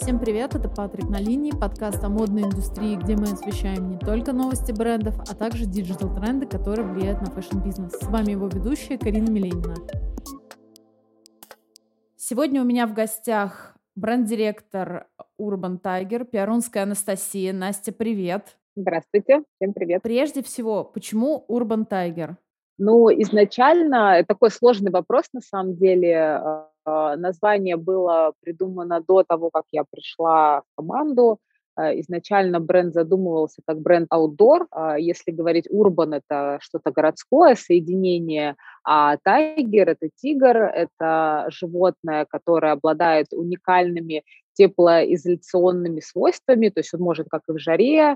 Всем привет, это Патрик на линии, подкаст о модной индустрии, где мы освещаем не только новости брендов, а также диджитал-тренды, которые влияют на фэшн-бизнес. С вами его ведущая Карина Миленина. Сегодня у меня в гостях бренд-директор Urban Tiger, Пиарунская Анастасия. Настя, привет. Здравствуйте, всем привет. Прежде всего, почему Urban Tiger? Ну, изначально это такой сложный вопрос, на самом деле. Название было придумано до того, как я пришла в команду. Изначально бренд задумывался как бренд outdoor. Если говорить urban, это что-то городское соединение, а tiger — это тигр, это животное, которое обладает уникальными теплоизоляционными свойствами, то есть он может как и в жаре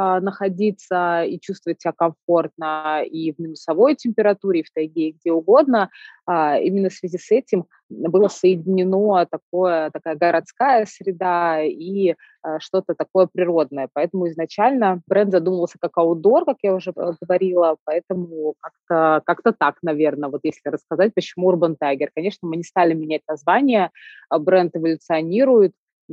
находиться и чувствовать себя комфортно и в минусовой температуре, и в тайге, и где угодно. Именно в связи с этим было соединено такая городская среда и что-то такое природное. Поэтому изначально бренд задумывался как аутдор, как я уже говорила, поэтому как-то так, наверное, вот если рассказать, почему Urban Tiger. Конечно, мы не стали менять название, бренд эволюционирует,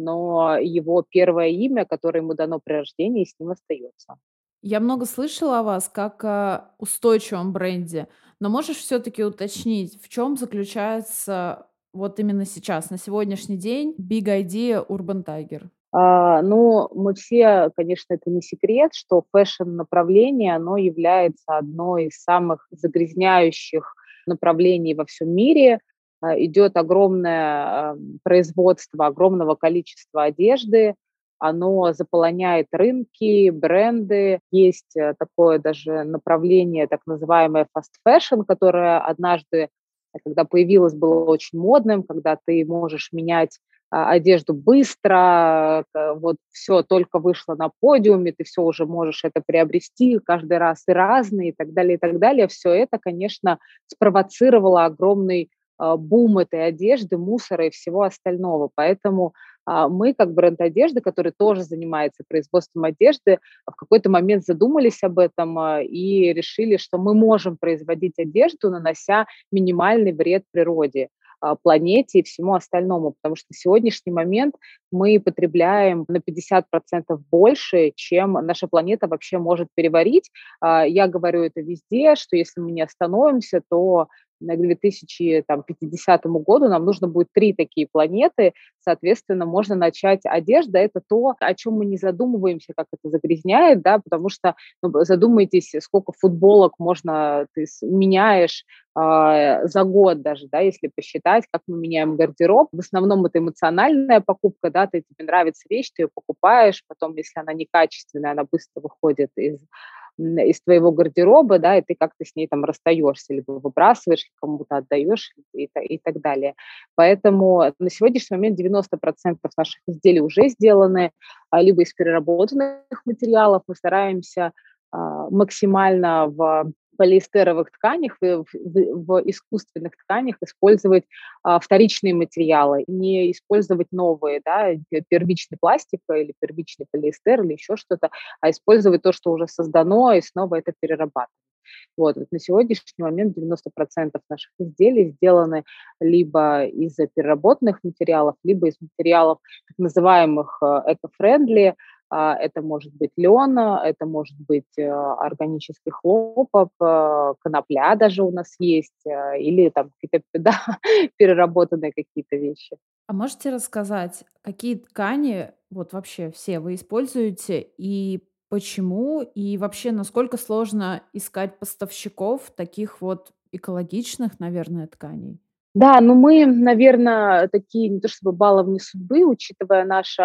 но его первое имя, которое ему дано при рождении, с ним остается. Я много слышала о вас как о устойчивом бренде, но можешь все-таки уточнить, в чем заключается вот именно сейчас, на сегодняшний день, Big Idea Urban Tiger? Ну, мы все, конечно, это не секрет, что фэшн-направление, оно является одной из самых загрязняющих направлений во всем мире. Идет огромное производство огромного количества одежды, оно заполоняет рынки, бренды. Есть такое даже направление, так называемое fast fashion, которое однажды, когда появилось, было очень модным, когда ты можешь менять одежду быстро, вот все только вышло на подиуме, ты все уже можешь это приобрести, каждый раз и разные, и так далее, и так далее. Все это, конечно, спровоцировало огромный бум этой одежды, мусора и всего остального. Поэтому мы, как бренд одежды, который тоже занимается производством одежды, в какой-то момент задумались об этом и решили, что мы можем производить одежду, нанося минимальный вред природе, планете и всему остальному, потому что на сегодняшний момент мы потребляем на 50% больше, чем наша планета вообще может переварить. Я говорю это везде, что если мы не остановимся, то к 2050 году нам нужно будет 3 такие планеты, соответственно, можно начать. Одежда — это то, о чем мы не задумываемся, как это загрязняет, да, потому что, ну, задумайтесь, сколько футболок ты меняешь за год даже, да, если посчитать, как мы меняем гардероб. В основном это эмоциональная покупка, да, тебе нравится вещь, ты ее покупаешь, потом, если она некачественная, она быстро выходит из твоего гардероба, да, и ты как-то с ней там расстаешься, либо выбрасываешь, кому-то отдаешь и так далее. Поэтому на сегодняшний момент 90% наших изделий уже сделаны либо из переработанных материалов. Мы стараемся максимально в полиэстеровых тканях, в искусственных тканях использовать вторичные материалы, не использовать новые, да, первичный пластик или первичный полиэстер или еще что-то, а использовать то, что уже создано, и снова это перерабатывать. Вот на сегодняшний момент 90% наших изделий сделаны либо из переработанных материалов, либо из материалов так называемых эко-френдли. Это может быть лен, это может быть органический хлопок, конопля даже у нас есть, или там какие-то, да, переработанные какие-то вещи. А можете рассказать, какие ткани, вот вообще все вы используете и почему? И вообще, насколько сложно искать поставщиков таких вот экологичных, наверное, тканей? Да, ну мы, наверное, такие не то чтобы баловни судьбы, учитывая наше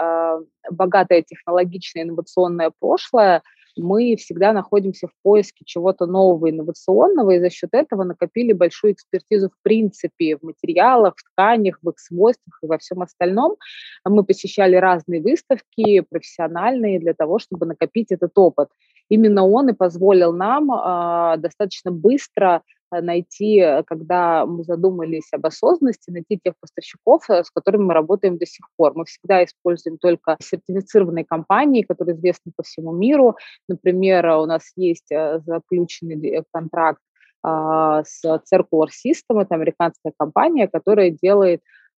богатое технологичное инновационное прошлое, мы всегда находимся в поиске чего-то нового, инновационного, и за счет этого накопили большую экспертизу в принципе в материалах, в тканях, в их свойствах и во всем остальном. Мы посещали разные выставки профессиональные для того, чтобы накопить этот опыт. Именно он и позволил нам достаточно быстро найти, когда мы задумались об осознанности, найти тех поставщиков, с которыми мы работаем до сих пор. Мы всегда используем только сертифицированные компании, которые известны по всему миру. Например, у нас есть заключенный контракт с Circular System, это американская компания, которая делает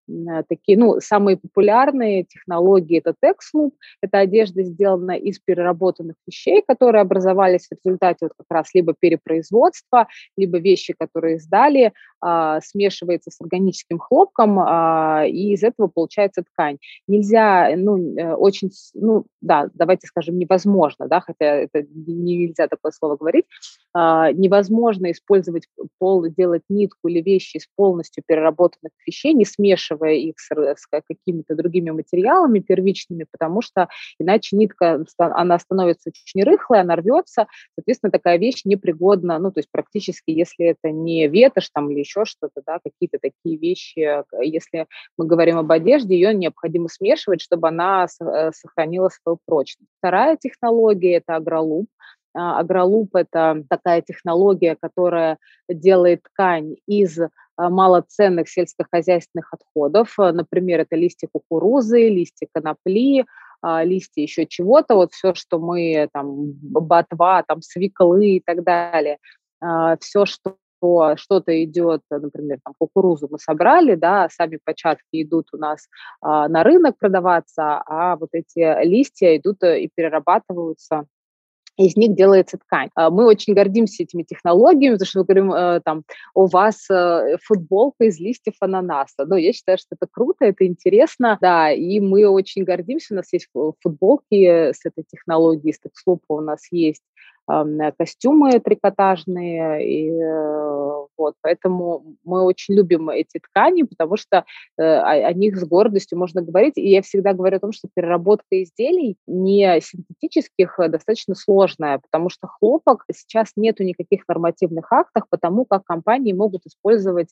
такие, ну, самые популярные технологии — это TextLoop. Это одежда сделана из переработанных вещей, которые образовались в результате вот как раз либо перепроизводства, либо вещи, которые сдали, смешивается с органическим хлопком, и из этого получается ткань. Нельзя, ну, ну да, давайте скажем, невозможно, да, хотя это нельзя такое слово говорить, невозможно использовать делать нитку или вещи из полностью переработанных вещей, не смешивая их с какими-то другими материалами первичными, потому что иначе нитка, она становится очень рыхлой, она рвется, соответственно, такая вещь непригодна, ну, то есть практически, если это не ветошь там или еще что-то, да, какие-то такие вещи, если мы говорим об одежде, ее необходимо смешивать, чтобы она сохранила свою прочность. Вторая технология — это агролуп. Агролуп — это такая технология, которая делает ткань из малоценных сельскохозяйственных отходов. Например, это листья кукурузы, листья конопли, листья еще чего-то. Вот все, что мы там, ботва, там, свеклы и так далее. Все, что что-то идет, например, там, кукурузу мы собрали, да, а сами початки идут у нас на рынок продаваться, а вот эти листья идут и перерабатываются, из них делается ткань. Мы очень гордимся этими технологиями, потому что мы говорим, там, у вас футболка из листьев ананаса. Ну, я считаю, что это круто, это интересно, да, и мы очень гордимся. У нас есть футболки с этой технологией, с TextLoop у нас есть костюмы трикотажные, и вот, поэтому мы очень любим эти ткани, потому что о них с гордостью можно говорить. И я всегда говорю о том, что переработка изделий не синтетических достаточно сложная, потому что хлопок сейчас нету никаких нормативных актов по тому, как компании могут использовать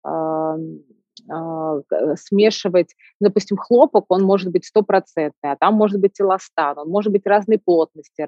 смешивать, допустим, хлопок, он может быть стопроцентный, а там может быть эластан, он может быть разной плотности,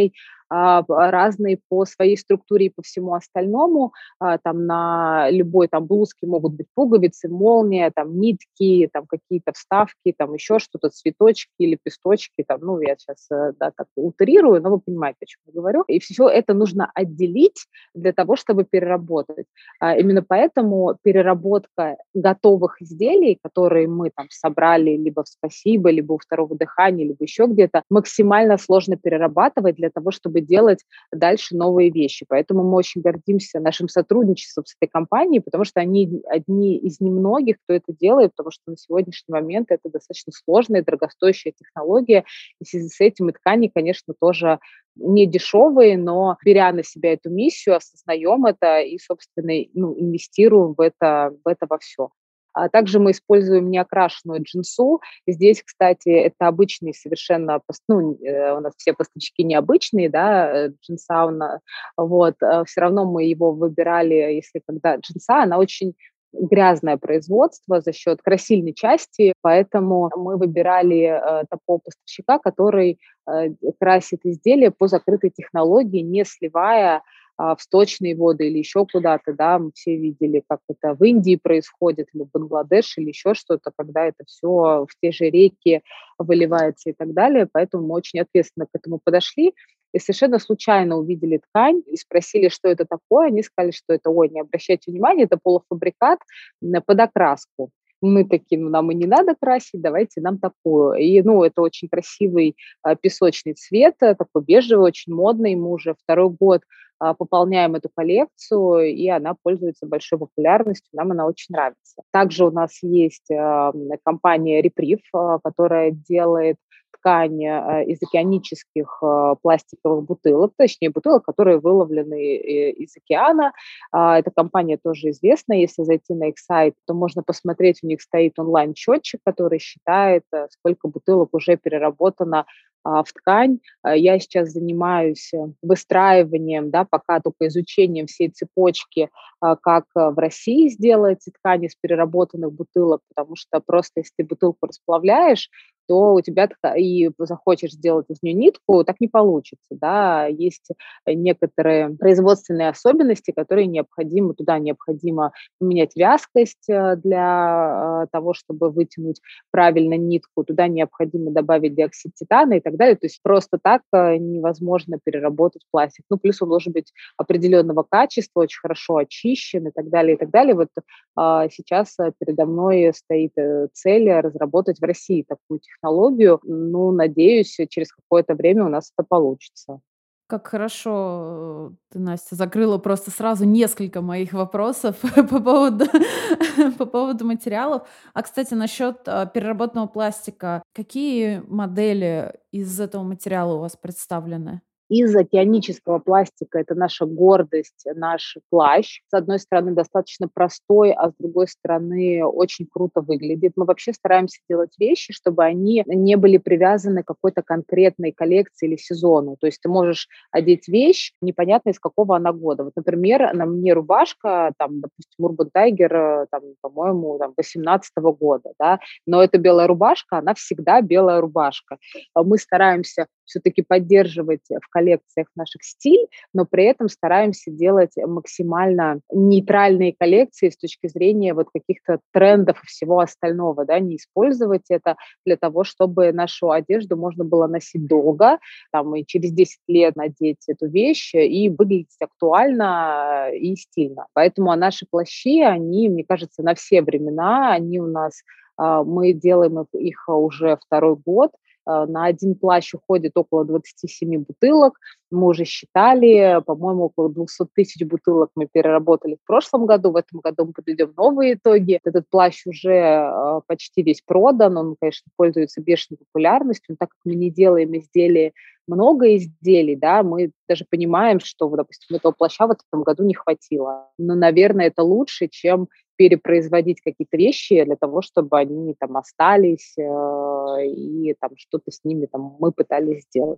разный по своей структуре и по всему остальному. Там на любой там блузке могут быть пуговицы, молния, там нитки, там какие-то вставки, там еще что-то, цветочки, лепесточки, там, ну, я сейчас, да, так утрирую, но вы понимаете, о чем я говорю. И все это нужно отделить для того, чтобы переработать. Именно поэтому переработка готовых изделий, которые мы там собрали либо в «Спасибо», либо у «Второго дыхания», либо еще где-то, максимально сложно перерабатывать для того, чтобы делать дальше новые вещи. Поэтому мы очень гордимся нашим сотрудничеством с этой компанией, потому что они одни из немногих, кто это делает, потому что на сегодняшний момент это достаточно сложная и дорогостоящая технология. И в связи с этим и ткани, конечно, тоже не дешевые, но беря на себя эту миссию, осознаем это и, собственно, ну, инвестируем в это во все. А также мы используем неокрашенную джинсу. Здесь, кстати, это обычный совершенно, у нас все поставщики необычные, да, джинса вот, все равно мы его выбирали, если когда джинса, она очень грязное производство за счет красильной части, поэтому мы выбирали такого поставщика, который красит изделия по закрытой технологии, не сливая в сточные воды или еще куда-то, да, мы все видели, как это в Индии происходит, или в Бангладеш, или еще что-то, когда это все в те же реки выливается и так далее, поэтому мы очень ответственно к этому подошли и совершенно случайно увидели ткань и спросили, что это такое, они сказали, что это, ой, не обращайте внимания, это полуфабрикат под окраску. Мы такие, ну, нам и не надо красить, давайте нам такую. И, ну, это очень красивый песочный цвет, такой бежевый, очень модный. Мы уже второй год пополняем эту коллекцию, и она пользуется большой популярностью, нам она очень нравится. Также у нас есть компания Reprieve, которая делает ткань из океанических пластиковых бутылок, точнее бутылок, которые выловлены из океана. Эта компания тоже известна. Если зайти на их сайт, то можно посмотреть, у них стоит онлайн-счетчик, который считает, сколько бутылок уже переработано в ткань. Я сейчас занимаюсь выстраиванием, да, пока только изучением всей цепочки, как в России сделать ткани из переработанных бутылок, потому что просто если ты бутылку расплавляешь, то у тебя и захочешь сделать из нее нитку, так не получится, да. Есть некоторые производственные особенности, которые необходимы, туда необходимо поменять вязкость для того, чтобы вытянуть правильно нитку, туда необходимо добавить диоксид титана и так далее. То есть просто так невозможно переработать пластик. Ну, плюс он должен быть определенного качества, очень хорошо очищен и так далее, и так далее. Вот сейчас передо мной стоит цель разработать в России такую технологию. Ну, надеюсь, через какое-то время у нас это получится. Как хорошо, ты, Настя, закрыла просто сразу несколько моих вопросов по поводу по поводу материалов. А, кстати, насчет, переработанного пластика. Какие модели из этого материала у вас представлены? Из океанического пластика это наша гордость, наш плащ. С одной стороны, достаточно простой, а с другой стороны, очень круто выглядит. Мы вообще стараемся делать вещи, чтобы они не были привязаны к какой-то конкретной коллекции или сезону. То есть ты можешь одеть вещь, непонятно из какого она года. Вот, например, на мне рубашка, там, допустим, Urban Tiger, там, по-моему, там, 18 года, да, но эта белая рубашка, она всегда белая рубашка. Мы стараемся все-таки поддерживать в коллекциях наших стиль, но при этом стараемся делать максимально нейтральные коллекции с точки зрения вот каких-то трендов и всего остального, да, не использовать это для того, чтобы нашу одежду можно было носить долго, там, и через 10 лет надеть эту вещь и выглядеть актуально и стильно. Поэтому наши плащи, они, мне кажется, на все времена, они у нас мы делаем их уже второй год. На один плащ уходит около 27 бутылок. Мы уже считали, по-моему, около 200 000 бутылок мы переработали в прошлом году. В этом году мы подведем новые итоги. Этот плащ уже почти весь продан. Он, конечно, пользуется бешеной популярностью. Но так как мы не делаем изделия, много изделий, да, мы даже понимаем, что, вот, допустим, этого плаща в этом году не хватило. Но, наверное, это лучше, чем перепроизводить какие-то вещи для того, чтобы они там остались, и там что-то с ними там мы пытались сделать.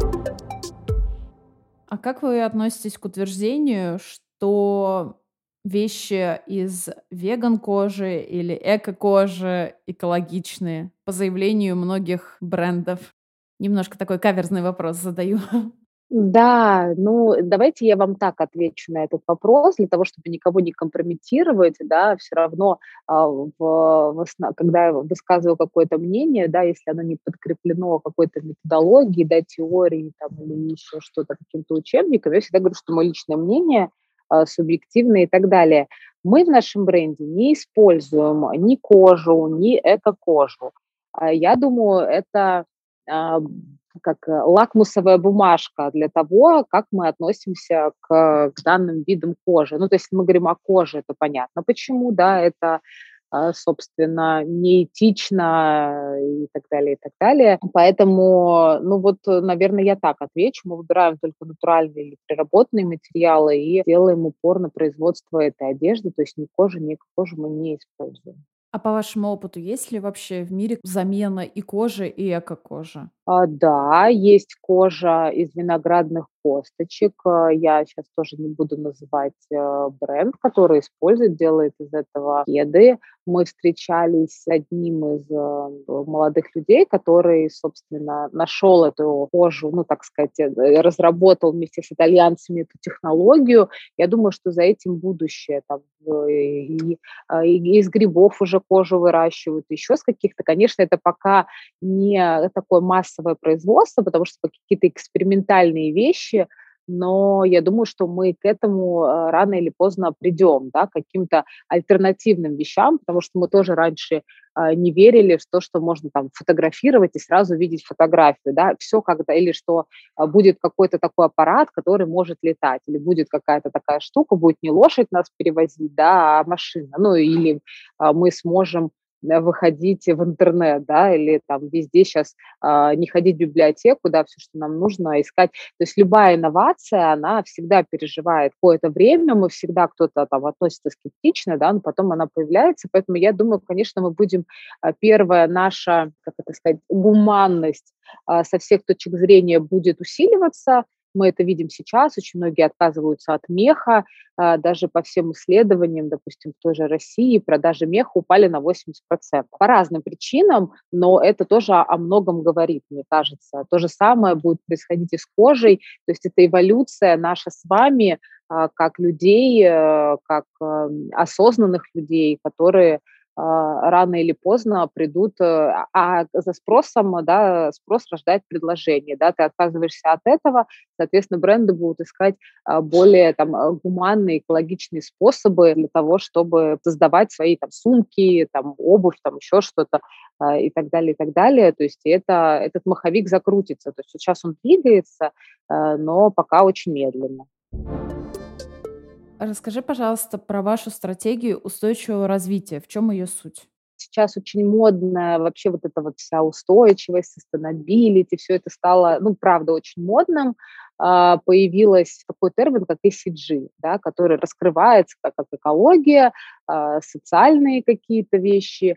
А как вы относитесь к утверждению, что вещи из веган-кожи или эко-кожи экологичные, по заявлению многих брендов? Немножко такой каверзный вопрос задаю. Да, ну, давайте я вам так отвечу на этот вопрос, для того, чтобы никого не компрометировать, да, все равно, когда я высказываю какое-то мнение, да, если оно не подкреплено какой-то методологией, да, теорией там или еще что-то, каким-то учебником, я всегда говорю, что мое личное мнение, субъективное и так далее. Мы в нашем бренде не используем ни кожу, ни эко-кожу. Я думаю, это, а, лакмусовая бумажка для того, как мы относимся к данным видам кожи. Ну, то есть мы говорим о коже, это понятно почему, да, это, собственно, неэтично и так далее, и так далее. Поэтому, ну вот, наверное, я так отвечу. Мы выбираем только натуральные или переработанные материалы и делаем упор на производство этой одежды, то есть ни кожи, ни эко-кожи мы не используем. А по вашему опыту, есть ли вообще в мире замена и кожи, и эко-кожи? Да, есть кожа из виноградных косточек. Я сейчас тоже не буду называть, бренд, который использует, делает из этого кеды. Мы встречались с одним из, молодых людей, который, собственно, нашел эту кожу, ну, так сказать, разработал вместе с итальянцами эту технологию. Я думаю, что за этим будущее. Там, и из грибов уже кожу выращивают, еще с каких-то. Конечно, это пока не такое массовое производство, потому что это какие-то экспериментальные вещи, но я думаю, что мы к этому рано или поздно придем, да, к каким-то альтернативным вещам, потому что мы тоже раньше не верили в то, что можно там фотографировать и сразу видеть фотографию, да, все как-то, или что будет какой-то такой аппарат, который может летать, или будет какая-то такая штука, будет не лошадь нас перевозить, да, а машина, ну, или мы сможем выходить в интернет, да, или там везде сейчас не ходить в библиотеку, да, все, что нам нужно, искать. То есть любая инновация, она всегда переживает какое-то время, мы всегда кто-то там относится скептично, да, но потом она появляется, поэтому я думаю, конечно, мы будем, первая наша, как это сказать, гуманность со всех точек зрения будет усиливаться, Мы это видим сейчас, очень многие отказываются от меха, даже по всем исследованиям, допустим, в той же России продажи меха упали на 80%. По разным причинам, но это тоже о многом говорит, мне кажется. То же самое будет происходить и с кожей, то есть это эволюция наша с вами, как людей, как осознанных людей, которые рано или поздно придут, за спросом, да, спрос рождает предложение, да, ты отказываешься от этого, соответственно, бренды будут искать более там гуманные, экологичные способы для того, чтобы создавать свои там сумки, там обувь, там еще что-то и так далее, и так далее. То есть этот маховик закрутится. То есть вот сейчас он двигается, но пока очень медленно. Расскажи, пожалуйста, про вашу стратегию устойчивого развития. В чем ее суть? Сейчас очень модно вообще вот эта вот вся устойчивость, sustainability, все это стало, ну, правда, очень модным. Появился такой термин, как ESG, да, который раскрывается как экология, социальные какие-то вещи,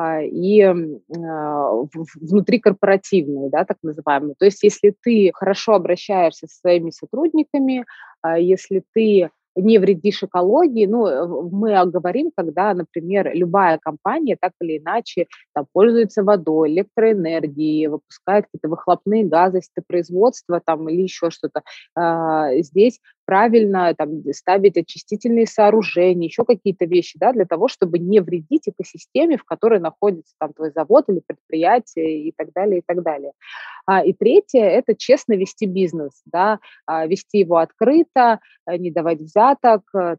внутрикорпоративные, да, так называемые. То есть если ты хорошо обращаешься со своими сотрудниками, если ты не вредишь экологии. Ну, мы говорим, когда, например, любая компания так или иначе там, пользуется водой, электроэнергией, выпускает какие-то выхлопные газы, если это производство там, или еще что-то. Здесь правильно там, ставить очистительные сооружения, еще какие-то вещи, да, для того, чтобы не вредить экосистеме, в которой находится там твой завод или предприятие и так далее, и так далее. И третье – это честно вести бизнес, да, вести его открыто, не давать взяток,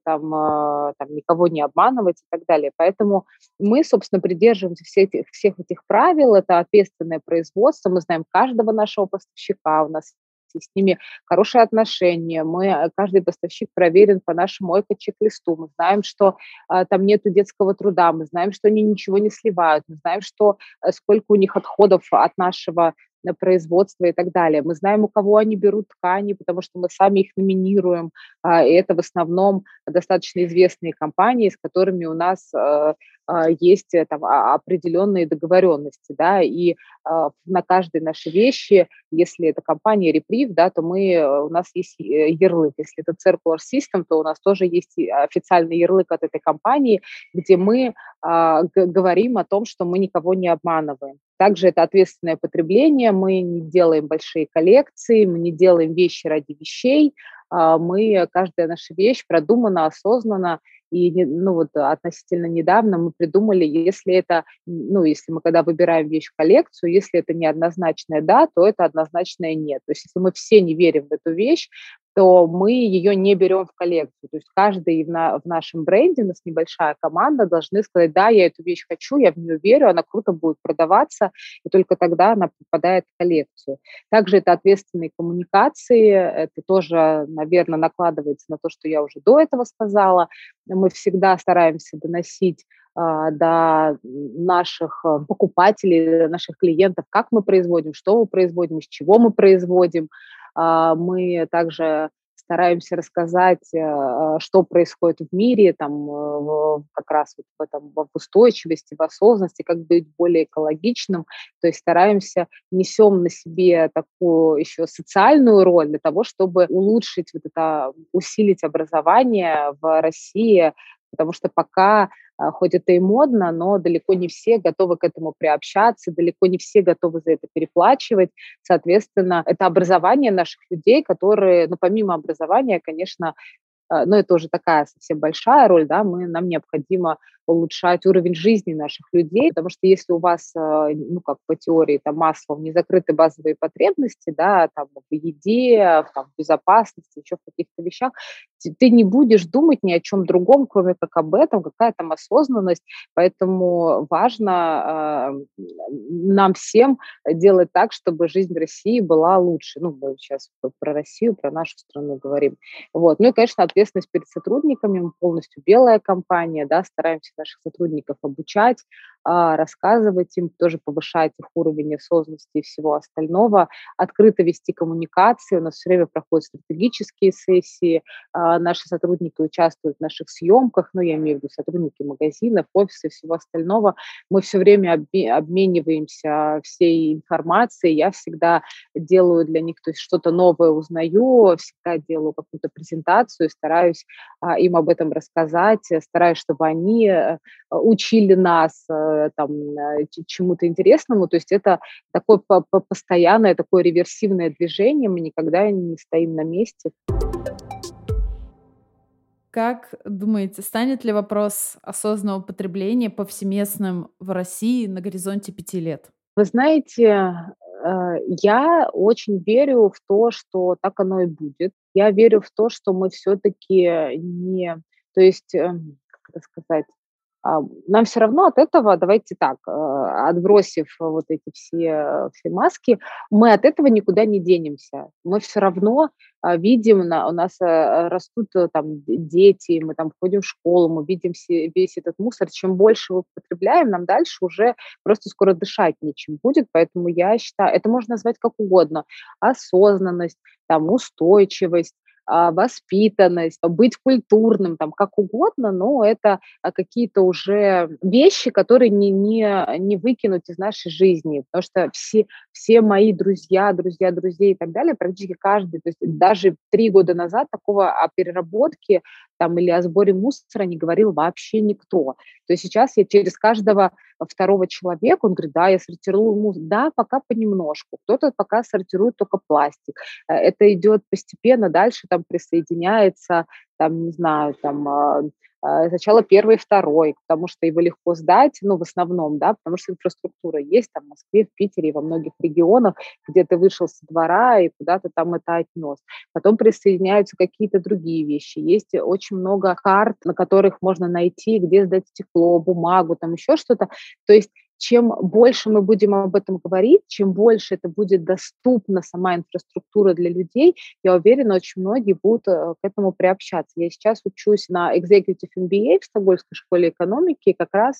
там никого не обманывать и так далее. Поэтому мы, собственно, придерживаемся всех этих правил. Это ответственное производство. Мы знаем каждого нашего поставщика, у нас есть с ними хорошие отношения. Каждый поставщик проверен по нашему эко-чек-листу. Мы знаем, что там нету детского труда, мы знаем, что они ничего не сливают, мы знаем, что сколько у них отходов от нашего на производство и так далее. Мы знаем, у кого они берут ткани, потому что мы сами их номинируем. И это в основном достаточно известные компании, с которыми у нас есть там определенные договоренности, да, и на каждой нашей вещи, если это компания Reprieve, да, то у нас есть ярлык. Если это Circular System, то у нас тоже есть официальный ярлык от этой компании, где мы говорим о том, что мы никого не обманываем. Также это ответственное потребление. Мы не делаем большие коллекции, мы не делаем вещи ради вещей. Каждая наша вещь продумана, осознанно. Ну вот относительно недавно мы придумали, если мы когда выбираем вещь в коллекцию, если это неоднозначное «да», то это однозначное «нет». То есть если мы все не верим в эту вещь, то мы ее не берем в коллекцию. То есть каждый в нашем бренде, у нас небольшая команда, должны сказать: да, я эту вещь хочу, я в нее верю, она круто будет продаваться, и только тогда она попадает в коллекцию. Также это ответственные коммуникации, это тоже, наверное, накладывается на то, что я уже до этого сказала. Мы всегда стараемся доносить до наших покупателей, наших клиентов, как мы производим, что мы производим, из чего мы производим. Мы также стараемся рассказать, что происходит в мире, как раз вот в устойчивости, в осознанности, как быть более экологичным. То есть несем на себе такую еще социальную роль для того, чтобы улучшить усилить образование в России, потому что пока, хоть это и модно, но далеко не все готовы к этому приобщаться, далеко не все готовы за это переплачивать. Соответственно, это образование наших людей, которые, ну, помимо образования, конечно, но это уже такая совсем большая роль, да, нам необходимо улучшать уровень жизни наших людей, потому что если у вас, ну, как по теории, там, маслом не закрыты базовые потребности, да, там, в еде, в безопасности, еще в каких-то вещах, ты не будешь думать ни о чем другом, кроме как об этом, какая там осознанность, поэтому важно нам всем делать так, чтобы жизнь в России была лучше. Ну, мы сейчас про Россию, про нашу страну говорим. Вот. Ну и, конечно, ответственность перед сотрудниками. Мы полностью белая компания, да, стараемся наших сотрудников обучать, рассказывать им, тоже повышать их уровень осознанности и всего остального, открыто вести коммуникации. У нас все время проходят стратегические сессии, наши сотрудники участвуют в наших съемках, ну, я имею в виду сотрудники магазинов, офиса и всего остального. Мы все время обмениваемся всей информацией. Я всегда делаю для них, то есть что-то новое узнаю, всегда делаю какую-то презентацию, стараюсь им об этом рассказать, стараюсь, чтобы они учили нас чему-то интересному. То есть это такое постоянное, такое реверсивное движение, мы никогда не стоим на месте. Как думаете, станет ли вопрос осознанного потребления повсеместным в России на горизонте 5 лет? Вы знаете, я очень верю в то, что так оно и будет. Я верю в то, что мы все-таки не, то есть, как это сказать, нам все равно от этого, давайте так, отбросив вот эти все маски, мы от этого никуда не денемся. Мы все равно, видим, у нас, растут, там дети, мы там ходим в школу, мы видим весь этот мусор. Чем больше мы потребляем, нам дальше уже просто скоро дышать нечем будет. Поэтому я считаю, это можно назвать как угодно: осознанность, там, устойчивость, воспитанность, быть культурным, там, как угодно, но это какие-то уже вещи, которые не выкинуть из нашей жизни. Потому что все мои друзья, друзья друзей и так далее, практически каждый, то есть даже 3 года назад такого о переработке там или о сборе мусора не говорил вообще никто. То есть сейчас я через каждого второго человека, он говорит: да, я сортирую мусор. Да, пока понемножку. Кто-то пока сортирует только пластик. Это идет постепенно, дальше там присоединяется, там, не знаю, там, сначала первый, второй, потому что его легко сдать, ну, в основном, да, потому что инфраструктура есть там в Москве, в Питере и во многих регионах, где ты вышел со двора и куда-то там это отнес. Потом присоединяются какие-то другие вещи. Есть очень много карт, на которых можно найти, где сдать стекло, бумагу, там еще что-то. То есть чем больше мы будем об этом говорить, чем больше это будет доступна сама инфраструктура для людей, я уверена, очень многие будут к этому приобщаться. Я сейчас учусь на Executive MBA в Стокгольмской школе экономики, и как раз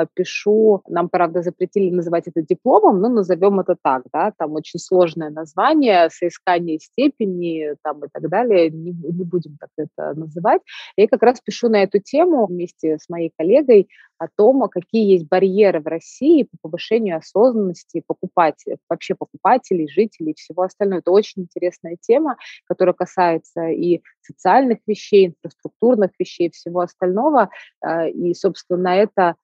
пишу, нам, правда, запретили называть это дипломом, но назовем это так, да, там очень сложное название, соискание степени там, и так далее, не будем так это называть. Я как раз пишу на эту тему вместе с моей коллегой о том, какие есть барьеры в России по повышению осознанности вообще покупателей, жителей и всего остального. Это очень интересная тема, которая касается и социальных вещей, инфраструктурных вещей, всего остального. И, собственно, на это,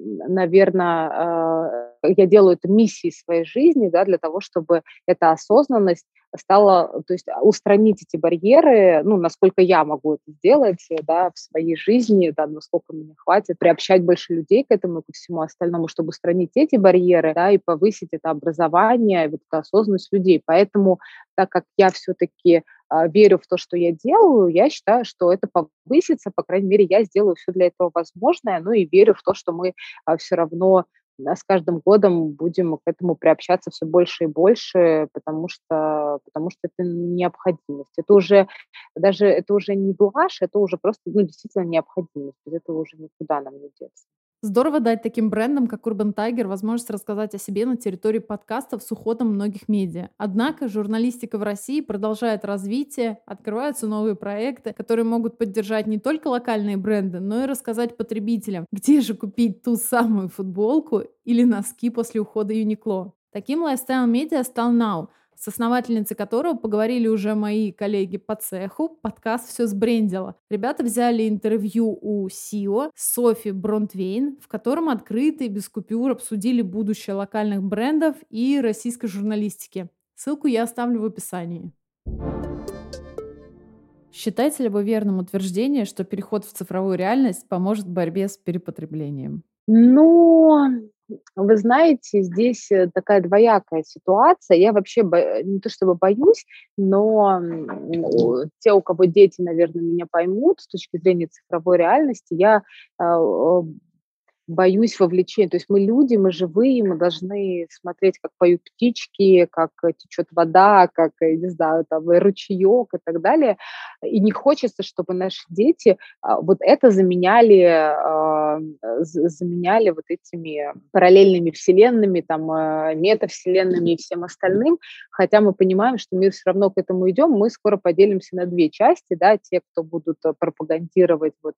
наверное, я делаю это миссией своей жизни, да, для того, чтобы эта осознанность стала, то есть устранить эти барьеры, ну, насколько я могу это сделать, да, в своей жизни, да, насколько мне хватит, приобщать больше людей к этому и ко всему остальному, чтобы устранить эти барьеры, да, и повысить это образование, вот эту осознанность людей. Поэтому, так как я все-таки верю в то, что я делаю, я считаю, что это повысится, по крайней мере, я сделаю все для этого возможное, ну и верю в то, что мы все равно с каждым годом будем к этому приобщаться все больше и больше, потому что это необходимость. Это уже не блажь, это уже просто, ну, действительно необходимость. Без этого уже никуда нам не деться. Здорово дать таким брендам, как Urban Tiger, возможность рассказать о себе на территории подкастов с уходом многих медиа. Однако журналистика в России продолжает развитие, открываются новые проекты, которые могут поддержать не только локальные бренды, но и рассказать потребителям, где же купить ту самую футболку или носки после ухода Uniqlo. Таким лайфстайл-медиа стал Now, с основательницей которого поговорили уже мои коллеги по цеху. Подкаст «Все сбрендило». Ребята взяли интервью у SEO Софи Бронтвейн, в котором открыто и без купюр обсудили будущее локальных брендов и российской журналистики. Ссылку я оставлю в описании. Считаете ли вы верным утверждение, что переход в цифровую реальность поможет в борьбе с перепотреблением? Ну, вы знаете, здесь, такая двоякая ситуация. Я вообще не то чтобы боюсь, но, те, у кого дети, наверное, меня поймут с точки зрения цифровой реальности. Я, боюсь вовлечения. То есть мы люди, мы живые, мы должны смотреть, как поют птички, как течет вода, как, не знаю, там, ручеек и так далее. И не хочется, чтобы наши дети вот это заменяли вот этими параллельными вселенными, там, метавселенными и всем остальным. Хотя мы понимаем, что мы все равно к этому идем. Мы скоро поделимся на две части, да, те, кто будут пропагандировать вот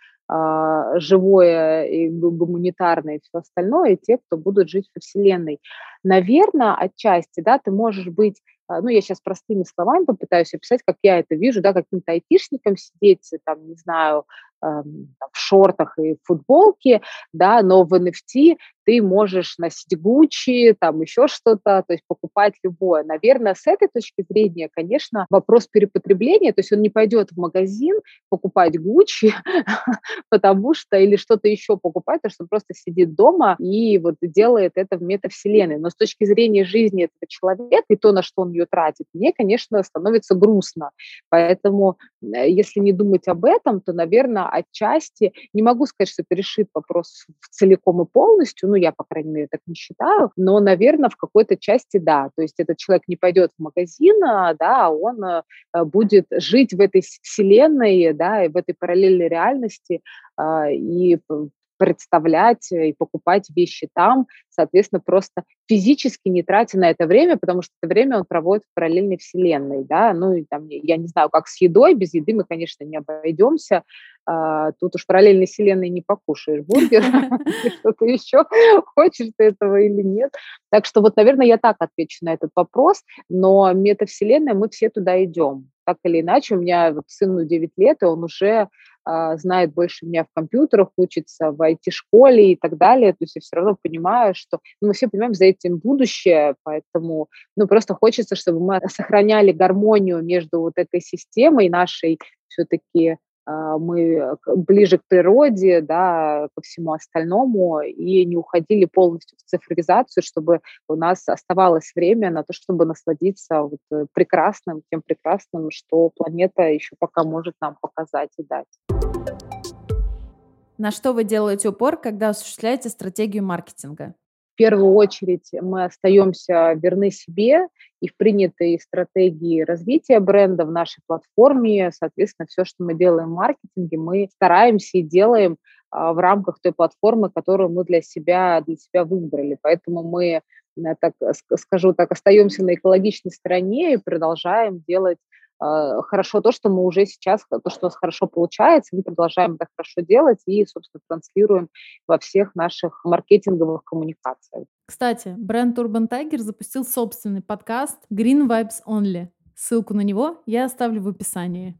живое и гуманитарное и все остальное, и те, кто будут жить во Вселенной. Наверное, отчасти, да, ты можешь быть, ну, я сейчас простыми словами попытаюсь описать, как я это вижу, да, каким-то айтишником сидеть, там, не знаю, там, в шортах и футболке, да, но в NFT ты можешь носить Gucci, там еще что-то, то есть покупать любое. Наверное, с этой точки зрения, конечно, вопрос перепотребления, то есть он не пойдет в магазин покупать Gucci, потому что или что-то еще покупать, потому что он просто сидит дома и вот делает это в метавселенной. Но с точки зрения жизни этого человека и то, на что он ее тратит, мне, конечно, становится грустно. Поэтому, если не думать об этом, то, наверное, отчасти, не могу сказать, что это решит вопрос целиком и полностью, ну, я, по крайней мере, так не считаю, но, наверное, в какой-то части да. То есть этот человек не пойдет в магазин, да, а он будет жить в этой вселенной, да, и в этой параллельной реальности, и представлять и покупать вещи там, соответственно, просто физически не тратя на это время, потому что это время он проводит в параллельной вселенной, да, ну и там, я не знаю, как с едой, без еды мы, конечно, не обойдемся, тут уж в параллельной вселенной не покушаешь бургер или что-то еще, хочешь ты этого или нет. Так что вот, наверное, я так отвечу на этот вопрос, но метавселенная, мы все туда идем. Так или иначе, у меня вот сыну 9 лет, и он уже знает больше меня в компьютерах, учится в IT-школе и так далее. То есть я все равно понимаю, что мы все понимаем, за этим будущее, поэтому просто хочется, чтобы мы сохраняли гармонию между вот этой системой нашей все-таки мы ближе к природе, да, ко всему остальному, и не уходили полностью в цифровизацию, чтобы у нас оставалось время на то, чтобы насладиться вот прекрасным, тем прекрасным, что планета еще пока может нам показать и дать. На что вы делаете упор, когда осуществляете стратегию маркетинга? В первую очередь мы остаемся верны себе и в принятой стратегии развития бренда в нашей платформе. Соответственно, все, что мы делаем в маркетинге, мы стараемся и делаем в рамках той платформы, которую мы для себя выбрали. Поэтому мы, скажу так, остаемся на экологичной стороне и продолжаем делать хорошо то, что мы уже сейчас, то, что у нас хорошо получается, мы продолжаем это хорошо делать и, собственно, транслируем во всех наших маркетинговых коммуникациях. Кстати, бренд Urban Tiger запустил собственный подкаст Green Vibes Only. Ссылку на него я оставлю в описании.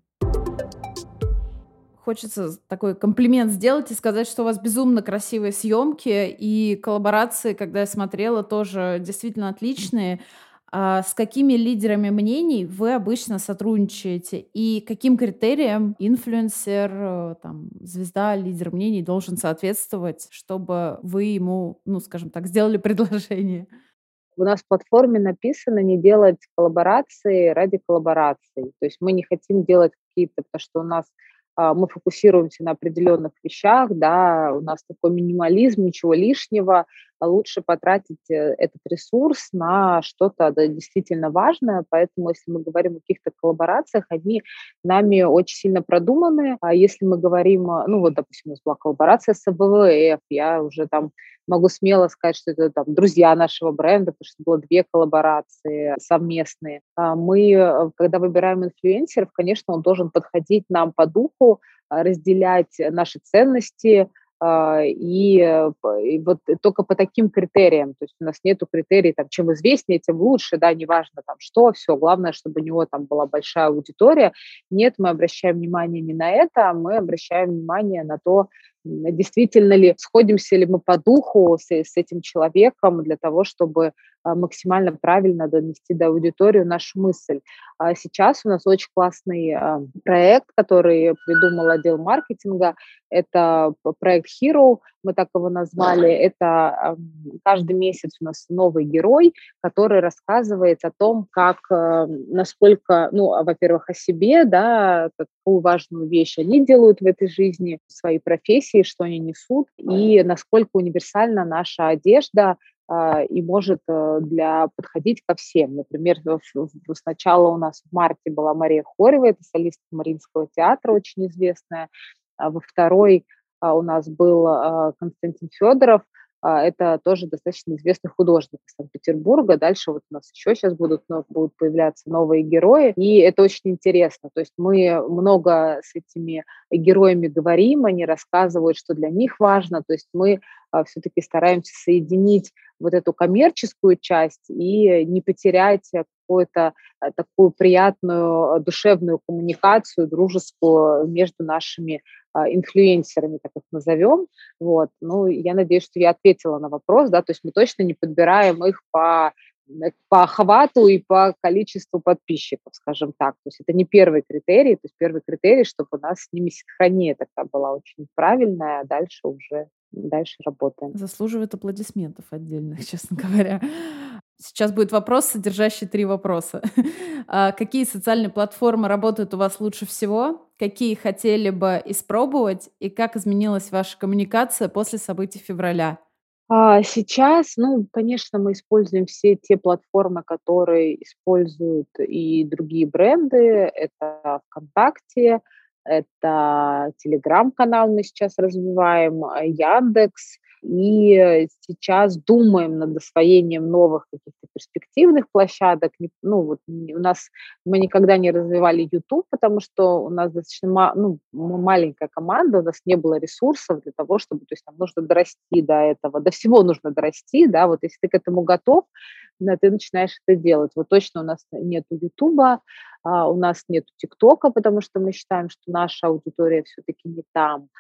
Хочется такой комплимент сделать и сказать, что у вас безумно красивые съемки и коллаборации, когда я смотрела, тоже действительно отличные. А с какими лидерами мнений вы обычно сотрудничаете? И каким критериям инфлюенсер, там, звезда, лидер мнений должен соответствовать, чтобы вы ему, ну, скажем так, сделали предложение? У нас в платформе написано не делать коллаборации ради коллабораций. То есть мы не хотим делать какие-то, потому что у нас мы фокусируемся на определенных вещах, да, у нас такой минимализм, ничего лишнего, а лучше потратить этот ресурс на что-то да, действительно важное, поэтому если мы говорим о каких-то коллаборациях, они нами очень сильно продуманы, а если мы говорим, ну вот, допустим, у нас была коллаборация с ВВФ, я уже там могу смело сказать, что это там друзья нашего бренда, потому что было две коллаборации совместные. Когда выбираем инфлюенсеров, конечно, он должен подходить нам по духу, разделять наши ценности, и вот только по таким критериям. То есть у нас нету критерий, там, чем известнее, тем лучше, да, неважно там что, все, главное, чтобы у него там была большая аудитория. Нет, мы обращаем внимание не на это, а мы обращаем внимание на то, действительно ли, сходимся ли мы по духу с этим человеком для того, чтобы максимально правильно донести до аудитории нашу мысль. А сейчас у нас очень классный проект, который придумал отдел маркетинга. Это проект Hero, мы так его назвали. Это каждый месяц у нас новый герой, который рассказывает о том, как, насколько, ну, во-первых, о себе, да, какую важную вещь они делают в этой жизни, в своей профессии, профессии, что они несут, и насколько универсальна наша одежда и может подходить ко всем. Например, сначала у нас в марте была Мария Хорева, это солистка Мариинского театра, очень известная. Во второй у нас был Константин Федоров, это тоже достаточно известный художник из Санкт-Петербурга. Дальше вот у нас еще сейчас будут появляться новые герои, и это очень интересно. То есть мы много с этими героями говорим, они рассказывают, что для них важно. То есть мы все-таки стараемся соединить вот эту коммерческую часть и не потерять какую-то такую приятную душевную коммуникацию, дружескую между нашими инфлюенсерами, так их назовем. Вот. Ну, я надеюсь, что я ответила на вопрос, да, то есть мы точно не подбираем их по охвату и по количеству подписчиков, скажем так. То есть это не первый критерий, то есть первый критерий, чтобы у нас с ними синхрония такая была очень правильная, а дальше работаем. Заслуживает аплодисментов отдельных, честно говоря. Сейчас будет вопрос, содержащий 3 вопроса. Какие социальные платформы работают у вас лучше всего? Какие хотели бы испробовать? И как изменилась ваша коммуникация после событий февраля? Сейчас, ну, конечно, мы используем все те платформы, которые используют и другие бренды. Это "ВКонтакте", это "Телеграм"-канал мы сейчас развиваем, "Яндекс". И сейчас думаем над освоением новых каких-то перспективных площадок. Ну, вот у нас мы никогда не развивали YouTube, потому что у нас достаточно маленькая команда, у нас не было ресурсов для того, чтобы, то есть нам нужно дорасти до этого, до всего нужно дорасти, да, вот если ты к этому готов, да, ты начинаешь это делать. Вот точно у нас нету "Ютуба", у нас нету "ТикТока", потому что мы считаем, что наша аудитория все-таки не там.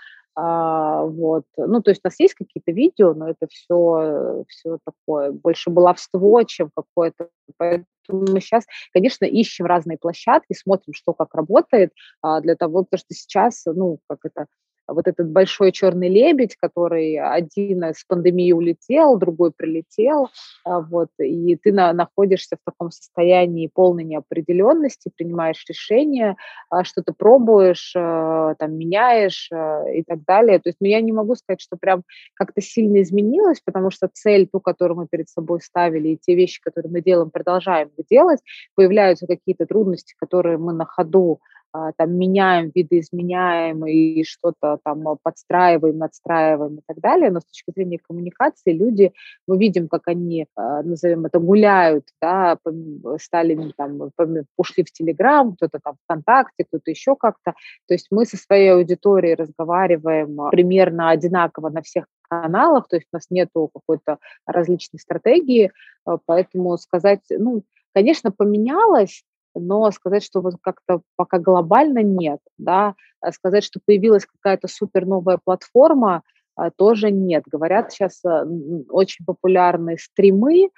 Вот. Ну, то есть у нас есть какие-то видео, но это все такое, больше баловство, чем какое-то. Поэтому мы сейчас, конечно, ищем разные площадки, смотрим, что как работает, для того, потому что сейчас, ну, как это, вот этот большой черный лебедь, который один с пандемии улетел, другой прилетел, вот, и ты находишься в таком состоянии полной неопределенности, принимаешь решения, что-то пробуешь, там, меняешь и так далее. То есть, ну, я не могу сказать, что прям как-то сильно изменилось, потому что цель, ту, которую мы перед собой ставили, и те вещи, которые мы делаем, продолжаем их делать. Появляются какие-то трудности, которые мы на ходу там меняем, видоизменяем и что-то там подстраиваем, надстраиваем и так далее. Но с точки зрения коммуникации люди, мы видим, как они, назовем это, гуляют, да, стали ушли в Телеграм, кто-то там ВКонтакте, кто-то еще как-то. То есть мы со своей аудиторией разговариваем примерно одинаково на всех каналах, то есть у нас нету какой-то различной стратегии, поэтому сказать, ну, конечно, поменялось, но сказать, что вот как-то пока глобально нет, да. Сказать, что появилась какая-то супер новая платформа, тоже нет. Говорят, сейчас очень популярны стримы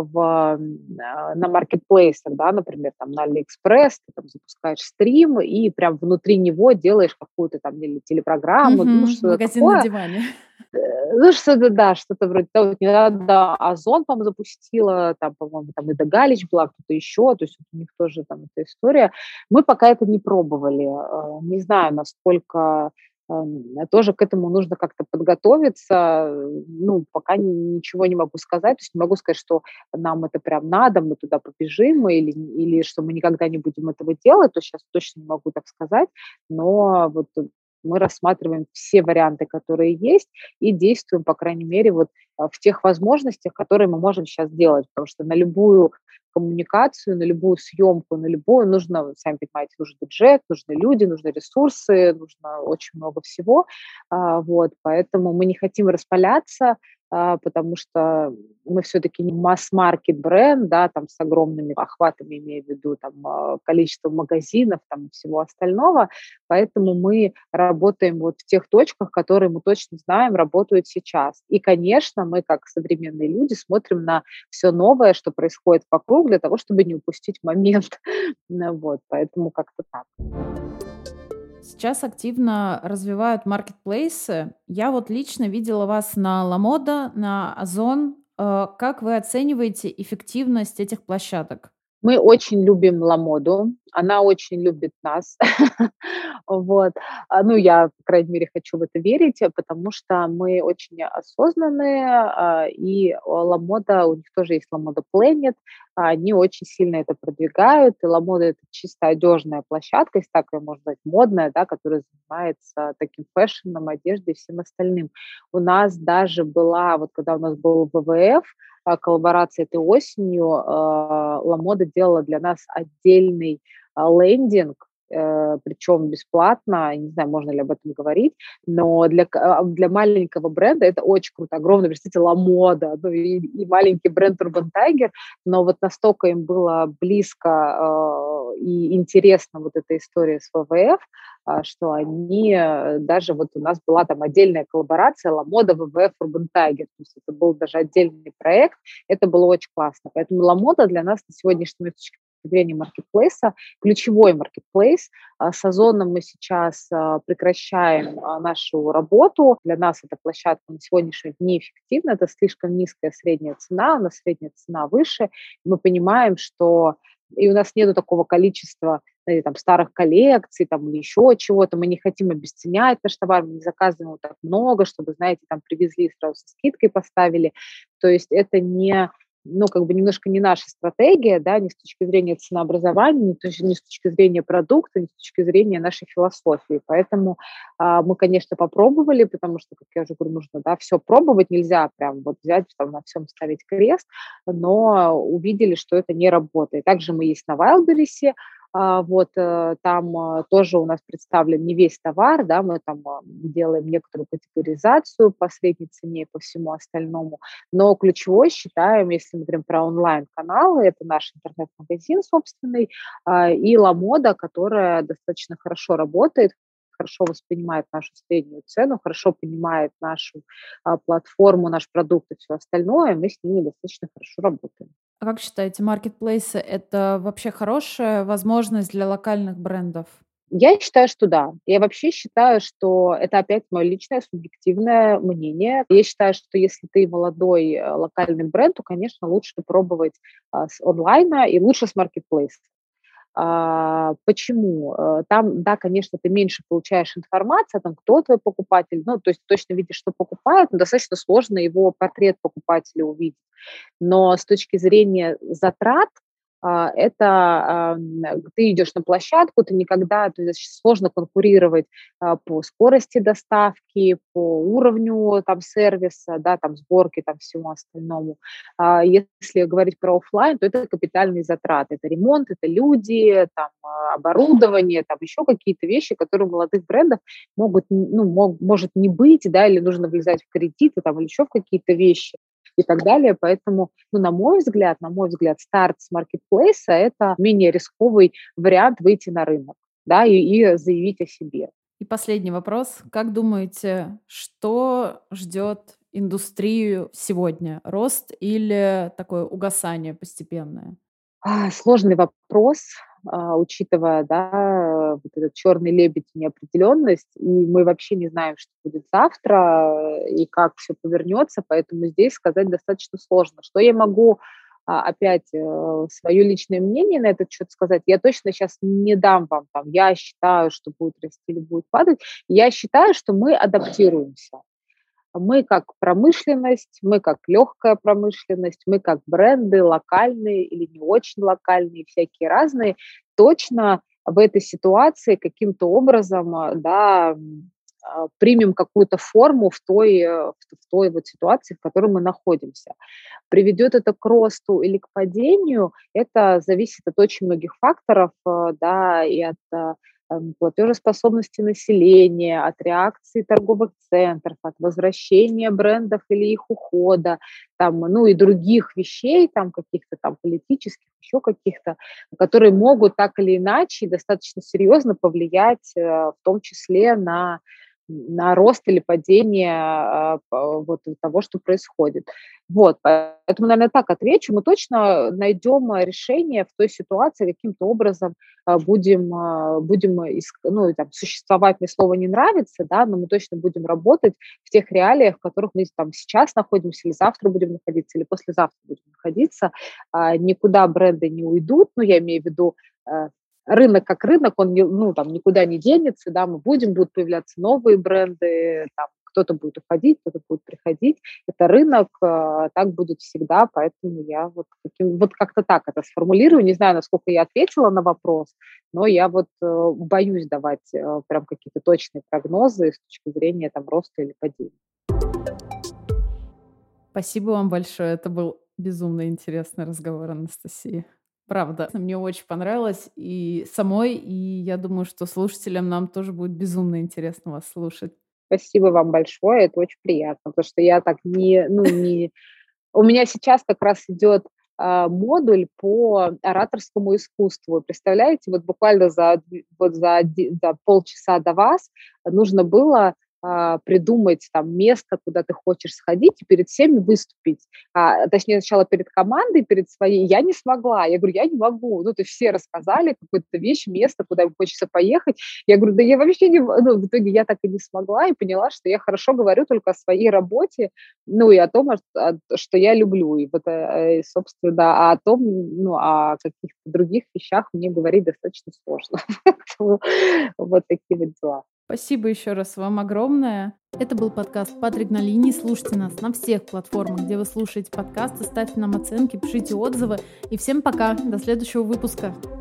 на маркетплейсах, да, например, там на "Алиэкспресс", ты там запускаешь стрим и прям внутри него делаешь какую-то там или телепрограмму, ну, Мгм. что-то Магазин на такое. диване. Ну, что-то, да, что-то вроде того. Вот недавно "Озон", по-моему, запустила, там, по-моему, там Ида Галич была, кто-то еще, то есть вот у них тоже там эта история. Мы пока это не пробовали. Не знаю, насколько, тоже к этому нужно как-то подготовиться. Ну, пока ничего не могу сказать. То есть не могу сказать, что нам это прям надо, мы туда побежим, или что мы никогда не будем этого делать, то сейчас точно не могу так сказать. Но вот мы рассматриваем все варианты, которые есть, и действуем, по крайней мере, вот в тех возможностях, которые мы можем сейчас делать. Потому что на любую коммуникацию, на любую съемку, на любую нужно, вы сами понимаете, нужен бюджет, нужны люди, нужны ресурсы, нужно очень много всего. Вот, поэтому мы не хотим распаляться, потому что мы все-таки не масс-маркет бренд, да, там с огромными охватами, имею в виду там количество магазинов, там и всего остального, поэтому мы работаем вот в тех точках, которые мы точно знаем, работают сейчас. И, конечно, мы, как современные люди, смотрим на все новое, что происходит вокруг, для того, чтобы не упустить момент. Ну вот, поэтому как-то так. Сейчас активно развивают маркетплейсы. Я вот лично видела вас на "Ламода", на "Озон". Как вы оцениваете эффективность этих площадок? Мы очень любим Ламоду, она очень любит нас. Вот. Ну, я, по крайней мере, хочу в это верить, потому что мы очень осознанные, и Ламода, у них тоже есть Ламода Planet, они очень сильно это продвигают. И Ламода — это чисто одежная площадка, если так её можно назвать, модная, да, которая занимается таким фэшном, одеждой и всем остальным. У нас даже была, вот когда у нас был ВВФ, коллаборация этой осенью, "Ламода" делала для нас отдельный, лендинг, причем бесплатно. Не знаю, можно ли об этом говорить, но для маленького бренда это очень круто. Огромное, представьте, "Ламода", ну и маленький бренд "Урбан Тайгер", но вот настолько им было близко, и интересна вот эта история с ВВФ, что они, даже вот у нас была там отдельная коллаборация "Ламода", ВВФ, "Урбан Тайгер". То есть это был даже отдельный проект. Это было очень классно. Поэтому "Ламода" для нас на сегодняшний момент с точки зрения маркетплейса ключевой маркетплейс. С "Озоном" мы сейчас, прекращаем, нашу работу. Для нас эта площадка на сегодняшний день неэффективна. Это слишком низкая средняя цена, у нас средняя цена выше. Мы понимаем, что и у нас нету такого количества, знаете, там старых коллекций там или еще чего-то. Мы не хотим обесценять наш товар, мы не заказываем его так много, чтобы, знаете, там привезли и сразу со скидкой поставили. То есть это не, ну, как бы немножко не наша стратегия, да, ни с точки зрения ценообразования, ни с точки зрения продукта, ни с точки зрения нашей философии. Поэтому мы, конечно, попробовали, потому что, как я уже говорю, нужно, да, все пробовать, нельзя прям вот взять, там, на всем ставить крест, но увидели, что это не работает. Также мы есть на Wildberries, вот, там, тоже у нас представлен не весь товар, да, мы там, делаем некоторую категоризацию по средней цене и по всему остальному. Но ключевой считаем, если мы говорим про онлайн-каналы, это наш интернет-магазин собственный, и "Ламода", которая достаточно хорошо работает, хорошо воспринимает нашу среднюю цену, хорошо понимает нашу, платформу, наш продукт и все остальное. Мы с ними достаточно хорошо работаем. А как считаете, маркетплейсы — это вообще хорошая возможность для локальных брендов? Я считаю, что да. Я вообще считаю, что это опять мое личное субъективное мнение. Я считаю, что если ты молодой, локальный бренд, то, конечно, лучше пробовать, с онлайна и лучше с маркетплейса. Почему? Там, да, конечно, ты меньше получаешь информации о том, кто твой покупатель. Ну, то есть точно видишь, что покупает, но достаточно сложно его портрет покупателя увидеть. Но с точки зрения затрат, ты идешь на площадку, ты никогда, то есть сложно конкурировать, по скорости доставки, по уровню там сервиса, да, там сборки, там всему остальному. Если говорить про оффлайн, то это капитальные затраты. Это ремонт, это люди, там, оборудование, там еще какие-то вещи, которые у молодых брендов может не быть, да, или нужно влезать в кредиты, там, или еще в какие-то вещи и так далее. Поэтому, ну, на мой взгляд, старт с маркетплейса — это менее рисковый вариант выйти на рынок, да, и заявить о себе. И последний вопрос. Как думаете, что ждет индустрию сегодня? Рост или такое угасание постепенное? Сложный вопрос, учитывая, да, вот этот черный лебедь и неопределенность, и мы вообще не знаем, что будет завтра, и как все повернется, поэтому здесь сказать достаточно сложно. Что я могу, опять, свое личное мнение на этот счет сказать. Я точно сейчас не дам вам там: "Я считаю, что будет расти или будет падать". Я считаю, что мы адаптируемся. Мы как промышленность, мы как легкая промышленность, мы как бренды локальные или не очень локальные, всякие разные, точно в этой ситуации каким-то образом, да, примем какую-то форму в той вот ситуации, в которой мы находимся. Приведет это к росту или к падению, это зависит от очень многих факторов, да, и от платежеспособности населения, от реакции торговых центров, от возвращения брендов или их ухода, там, ну и других вещей, там каких-то там политических, еще каких-то, которые могут так или иначе достаточно серьезно повлиять, в том числе на на рост или падение вот того, что происходит. Вот, поэтому, наверное, так отвечу. Мы точно найдем решение в той ситуации, каким-то образом будем ну, там, существовать, мне слово не нравится, да, но мы точно будем работать в тех реалиях, в которых мы там сейчас находимся, или завтра будем находиться, или послезавтра будем находиться. Никуда бренды не уйдут, ну, я имею в виду рынок как рынок, он ну, там, никуда не денется, да, будут появляться новые бренды, там, кто-то будет уходить, кто-то будет приходить. Это рынок, так будет всегда, поэтому я вот как-то так это сформулирую. Не знаю, насколько я ответила на вопрос, но я вот боюсь давать прям какие-то точные прогнозы с точки зрения там роста или падения. Спасибо вам большое. Это был безумно интересный разговор, Анастасия. Правда, мне очень понравилось и самой, и я думаю, что слушателям нам тоже будет безумно интересно вас слушать. Спасибо вам большое, это очень приятно, потому что я так не. У меня сейчас как раз идет модуль по ораторскому искусству. Представляете, вот буквально за полчаса до вас нужно было придумать там место, куда ты хочешь сходить, и перед всеми выступить. Точнее, сначала перед командой, перед своей. Я не смогла. Я говорю, я не могу. Ну, то есть все рассказали какую-то вещь, место, куда им хочется поехать. Я говорю, да я вообще не. Ну, в итоге я так и не смогла, и поняла, что я хорошо говорю только о своей работе, ну, и о том, что я люблю. И вот, собственно, да, а о том, ну, о каких-то других вещах мне говорить достаточно сложно. Вот такие вот дела. Спасибо еще раз вам огромное. Это был подкаст «Патрик на линии». Слушайте нас на всех платформах, где вы слушаете подкасты. Ставьте нам оценки, пишите отзывы. И всем пока. До следующего выпуска.